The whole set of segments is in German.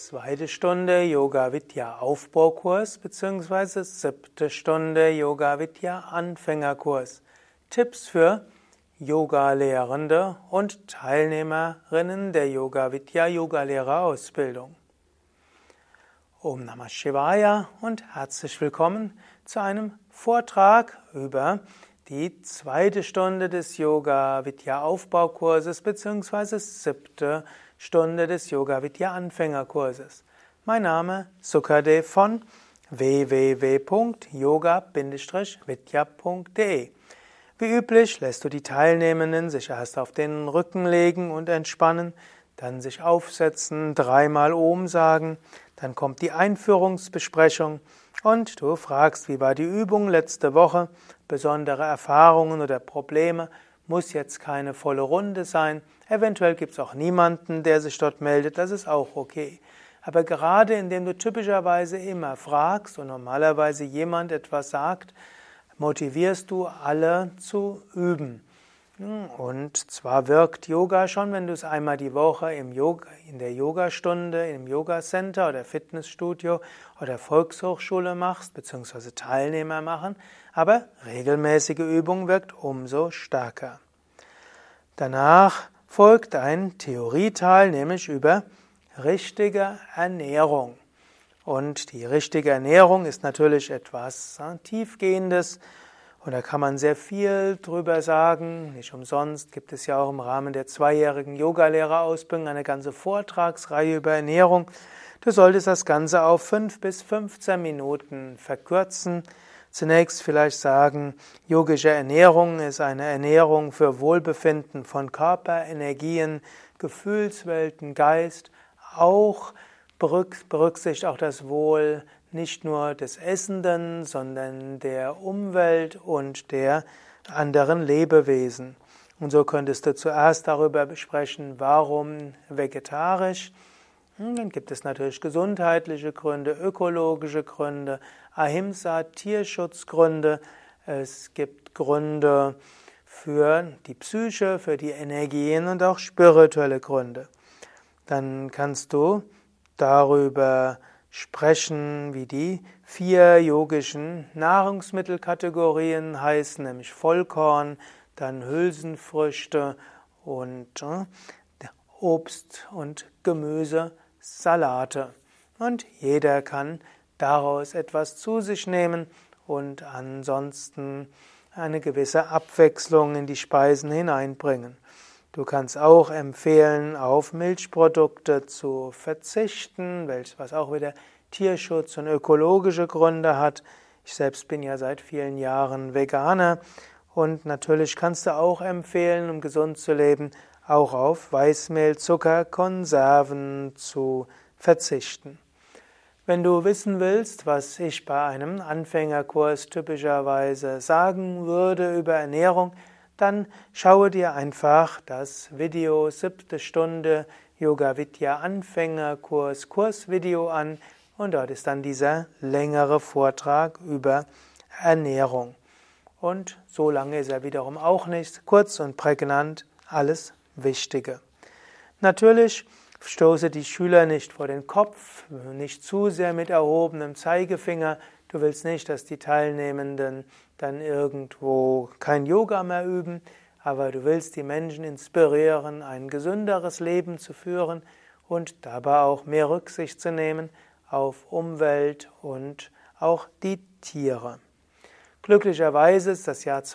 Zweite Stunde Yoga Vidya Aufbaukurs bzw. siebte Stunde Yoga Vidya Anfängerkurs. Tipps für Yoga-Lehrende und Teilnehmerinnen der Yoga Vidya Yogalehrerausbildung. Om Namah Shivaya und herzlich willkommen zu einem Vortrag über die zweite Stunde des Yoga Vidya Aufbaukurses bzw. siebte Stunde des Yoga Vidya Anfängerkurses. Mein Name Sukadev von www.yoga-vidya.de. Wie üblich lässt du die Teilnehmenden sich erst auf den Rücken legen und entspannen, dann sich aufsetzen, dreimal Om sagen, dann kommt die Einführungsbesprechung und du fragst, wie war die Übung letzte Woche, besondere Erfahrungen oder Probleme, muss jetzt keine volle Runde sein, eventuell gibt es auch niemanden, der sich dort meldet, das ist auch okay. Aber gerade indem du typischerweise immer fragst und normalerweise jemand etwas sagt, motivierst du alle zu üben. Und zwar wirkt Yoga schon, wenn du es einmal die Woche in der Yogastunde, im Yoga-Center oder Fitnessstudio oder Volkshochschule machst, beziehungsweise Teilnehmer machen, aber regelmäßige Übung wirkt umso stärker. Danach folgt ein Theorieteil, nämlich über richtige Ernährung. Und die richtige Ernährung ist natürlich etwas Tiefgehendes. Und da kann man sehr viel drüber sagen. Nicht umsonst gibt es ja auch im Rahmen der zweijährigen Yogalehrerausbildung eine ganze Vortragsreihe über Ernährung. Du solltest das Ganze auf 5 bis 15 Minuten verkürzen. Zunächst vielleicht sagen, yogische Ernährung ist eine Ernährung für Wohlbefinden von Körper, Energien, Gefühlswelten, Geist. Auch berücksichtigt auch das Wohl nicht nur des Essenden, sondern der Umwelt und der anderen Lebewesen. Und so könntest du zuerst darüber sprechen, warum vegetarisch. Dann gibt es natürlich gesundheitliche Gründe, ökologische Gründe, Ahimsa, Tierschutzgründe. Es gibt Gründe für die Psyche, für die Energien und auch spirituelle Gründe. Dann kannst du darüber sprechen, wie die 4 yogischen Nahrungsmittelkategorien heißen, nämlich Vollkorn, dann Hülsenfrüchte und Obst und Gemüse, Salate. Und jeder kann daraus etwas zu sich nehmen und ansonsten eine gewisse Abwechslung in die Speisen hineinbringen. Du kannst auch empfehlen, auf Milchprodukte zu verzichten, was auch wieder Tierschutz und ökologische Gründe hat. Ich selbst bin ja seit vielen Jahren Veganer und natürlich kannst du auch empfehlen, um gesund zu leben, auch auf Weißmehl, Zucker, Konserven zu verzichten. Wenn du wissen willst, was ich bei einem Anfängerkurs typischerweise sagen würde über Ernährung, dann schaue dir einfach das Video 7. Stunde Yoga Vidya Anfängerkurs Kursvideo an und dort ist dann dieser längere Vortrag über Ernährung. Und so lange ist er wiederum auch nicht, kurz und prägnant, alles Wichtige. Natürlich stoße die Schüler nicht vor den Kopf, nicht zu sehr mit erhobenem Zeigefinger. Du willst nicht, dass die Teilnehmenden dann irgendwo kein Yoga mehr üben, aber du willst die Menschen inspirieren, ein gesünderes Leben zu führen und dabei auch mehr Rücksicht zu nehmen auf Umwelt und auch die Tiere. Glücklicherweise ist das Jahr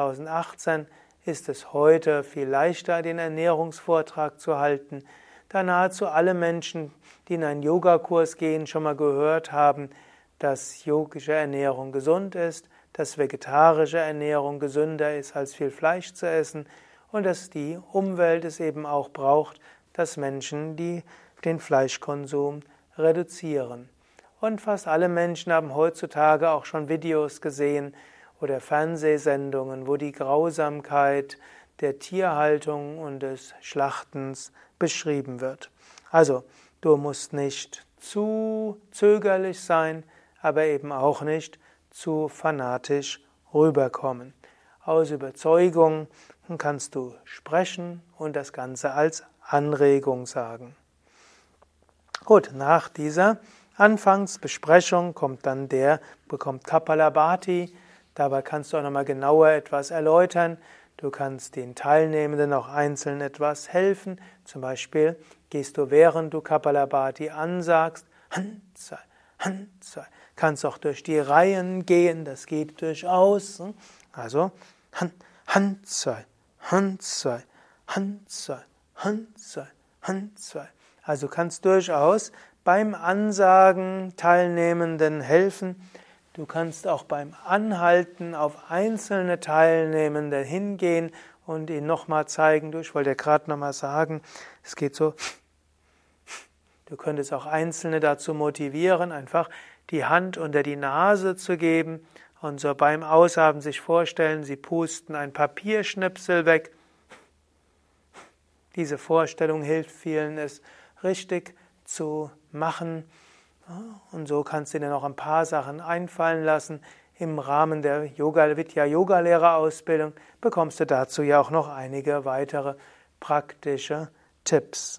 2018, ist es heute viel leichter, den Ernährungsvortrag zu halten, da nahezu alle Menschen, die in einen Yogakurs gehen, schon mal gehört haben, dass yogische Ernährung gesund ist, dass vegetarische Ernährung gesünder ist, als viel Fleisch zu essen und dass die Umwelt es eben auch braucht, dass Menschen den Fleischkonsum reduzieren. Und fast alle Menschen haben heutzutage auch schon Videos gesehen oder Fernsehsendungen, wo die Grausamkeit der Tierhaltung und des Schlachtens beschrieben wird. Also, du musst nicht zu zögerlich sein, aber eben auch nicht zu fanatisch rüberkommen. Aus Überzeugung kannst du sprechen und das Ganze als Anregung sagen. Gut, nach dieser Anfangsbesprechung bekommt Kapalabhati. Dabei kannst du auch nochmal genauer etwas erläutern. Du kannst den Teilnehmenden auch einzeln etwas helfen. Zum Beispiel gehst du, während du Kapalabhati ansagst, Hansai, Hansai. Kannst auch durch die Reihen gehen, das geht durchaus. Also Hansai, Hansai, Hansai, Hansai, Hansai. Also kannst durchaus beim Ansagen Teilnehmenden helfen. Du kannst auch beim Anhalten auf einzelne Teilnehmende hingehen und ihnen nochmal zeigen. Ich wollte ja gerade nochmal sagen, es geht so. Du könntest auch Einzelne dazu motivieren, einfach die Hand unter die Nase zu geben und so beim Ausatmen sich vorstellen, sie pusten ein Papierschnipsel weg. Diese Vorstellung hilft vielen, es richtig zu machen. Und so kannst du dir noch ein paar Sachen einfallen lassen. Im Rahmen der Yoga-Vidya-Yogalehrerausbildung bekommst du dazu ja auch noch einige weitere praktische Tipps.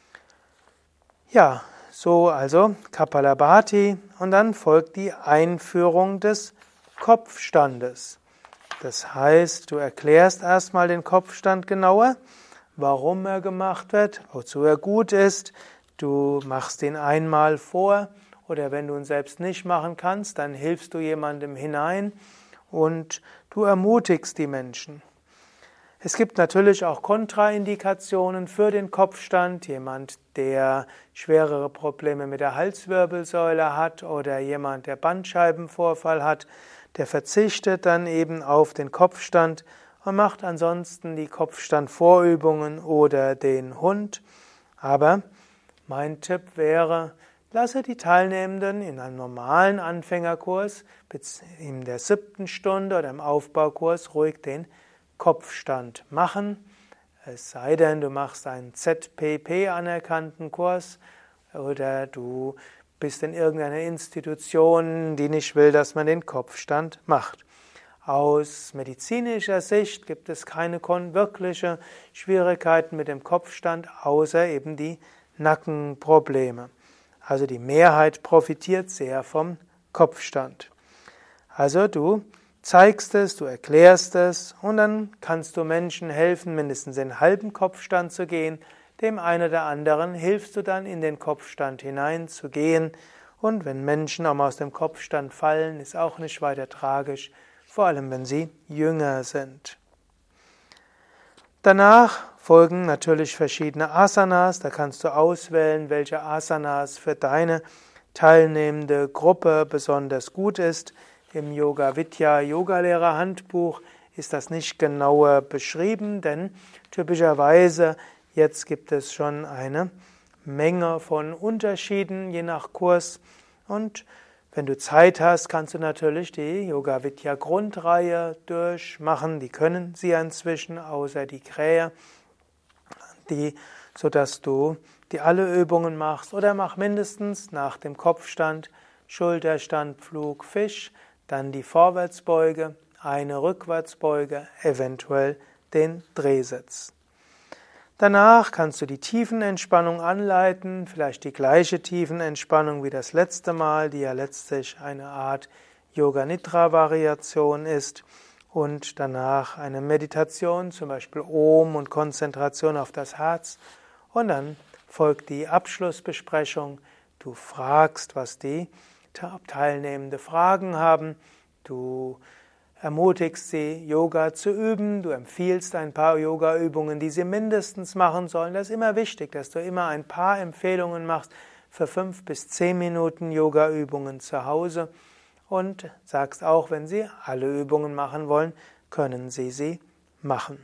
Ja, so also Kapalabhati und dann folgt die Einführung des Kopfstandes. Das heißt, du erklärst erstmal den Kopfstand genauer, warum er gemacht wird, wozu er gut ist. Du machst ihn einmal vor oder wenn du ihn selbst nicht machen kannst, dann hilfst du jemandem hinein und du ermutigst die Menschen. Es gibt natürlich auch Kontraindikationen für den Kopfstand. Jemand, der schwerere Probleme mit der Halswirbelsäule hat oder jemand, der Bandscheibenvorfall hat, der verzichtet dann eben auf den Kopfstand und macht ansonsten die Kopfstandvorübungen oder den Hund. Aber mein Tipp wäre, lasse die Teilnehmenden in einem normalen Anfängerkurs, in der 7. Stunde oder im Aufbaukurs ruhig den Kopfstand machen. Es sei denn, du machst einen ZPP-anerkannten Kurs oder du bist in irgendeiner Institution, die nicht will, dass man den Kopfstand macht. Aus medizinischer Sicht gibt es keine wirkliche Schwierigkeiten mit dem Kopfstand, außer eben die Nackenprobleme. Also die Mehrheit profitiert sehr vom Kopfstand. Also du zeigst es, du erklärst es und dann kannst du Menschen helfen, mindestens in den halben Kopfstand zu gehen. Dem einen oder anderen hilfst du dann, in den Kopfstand hineinzugehen. Und wenn Menschen auch mal aus dem Kopfstand fallen, ist auch nicht weiter tragisch, vor allem wenn sie jünger sind. Danach folgen natürlich verschiedene Asanas. Da kannst du auswählen, welche Asanas für deine teilnehmende Gruppe besonders gut ist. Im Yoga Vidya Yogalehrer Handbuch ist das nicht genauer beschrieben, denn typischerweise jetzt gibt es schon eine Menge von Unterschieden je nach Kurs und wenn du Zeit hast, kannst du natürlich die Yoga Vidya Grundreihe durchmachen, die können sie inzwischen, außer die Krähe, sodass du die alle Übungen machst oder mach mindestens nach dem Kopfstand Schulterstand, Flug, Fisch, dann die Vorwärtsbeuge, eine Rückwärtsbeuge, eventuell den Drehsitz. Danach kannst du die Tiefenentspannung anleiten, vielleicht die gleiche Tiefenentspannung wie das letzte Mal, die ja letztlich eine Art Yoga-Nidra-Variation ist. Und danach eine Meditation, zum Beispiel Om und Konzentration auf das Herz. Und dann folgt die Abschlussbesprechung. Du fragst, was die Teilnehmende Fragen haben. Du ermutigst sie, Yoga zu üben. Du empfiehlst ein paar Yoga-Übungen, die sie mindestens machen sollen. Das ist immer wichtig, dass du immer ein paar Empfehlungen machst für 5 bis 10 Minuten Yoga-Übungen zu Hause. Und sagst auch, wenn sie alle Übungen machen wollen, können sie machen.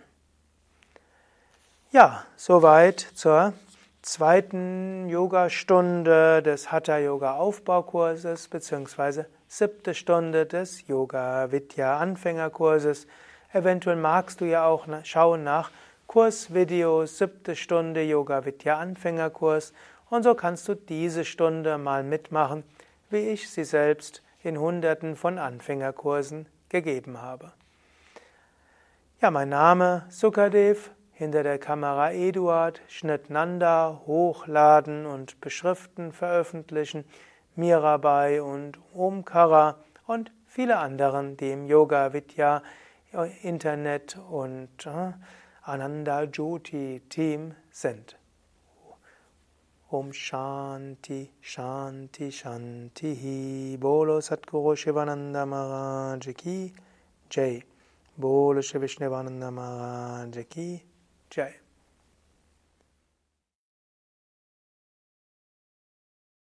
Ja, soweit zur 2. Yogastunde des Hatha Yoga Aufbaukurses bzw. 7. Stunde des Yoga Vidya Anfängerkurses. Eventuell magst du ja auch schauen nach Kursvideos 7. Stunde Yoga Vidya Anfängerkurs und so kannst du diese Stunde mal mitmachen, wie ich sie selbst in Hunderten von Anfängerkursen gegeben habe. Ja, mein Name Sukadev. hinter der Kamera Eduard, Schnitt Nanda, Hochladen und Beschriften veröffentlichen, Mirabai und Omkara und viele anderen, die im Yoga Vidya Internet und Ananda Jyoti Team sind. Om Shanti, Shanti, Shanti. Bolo Satguru Shivananda Maharaj Ki Jai. Bolo Shri Vishnavananda Maharaj Ki Jai.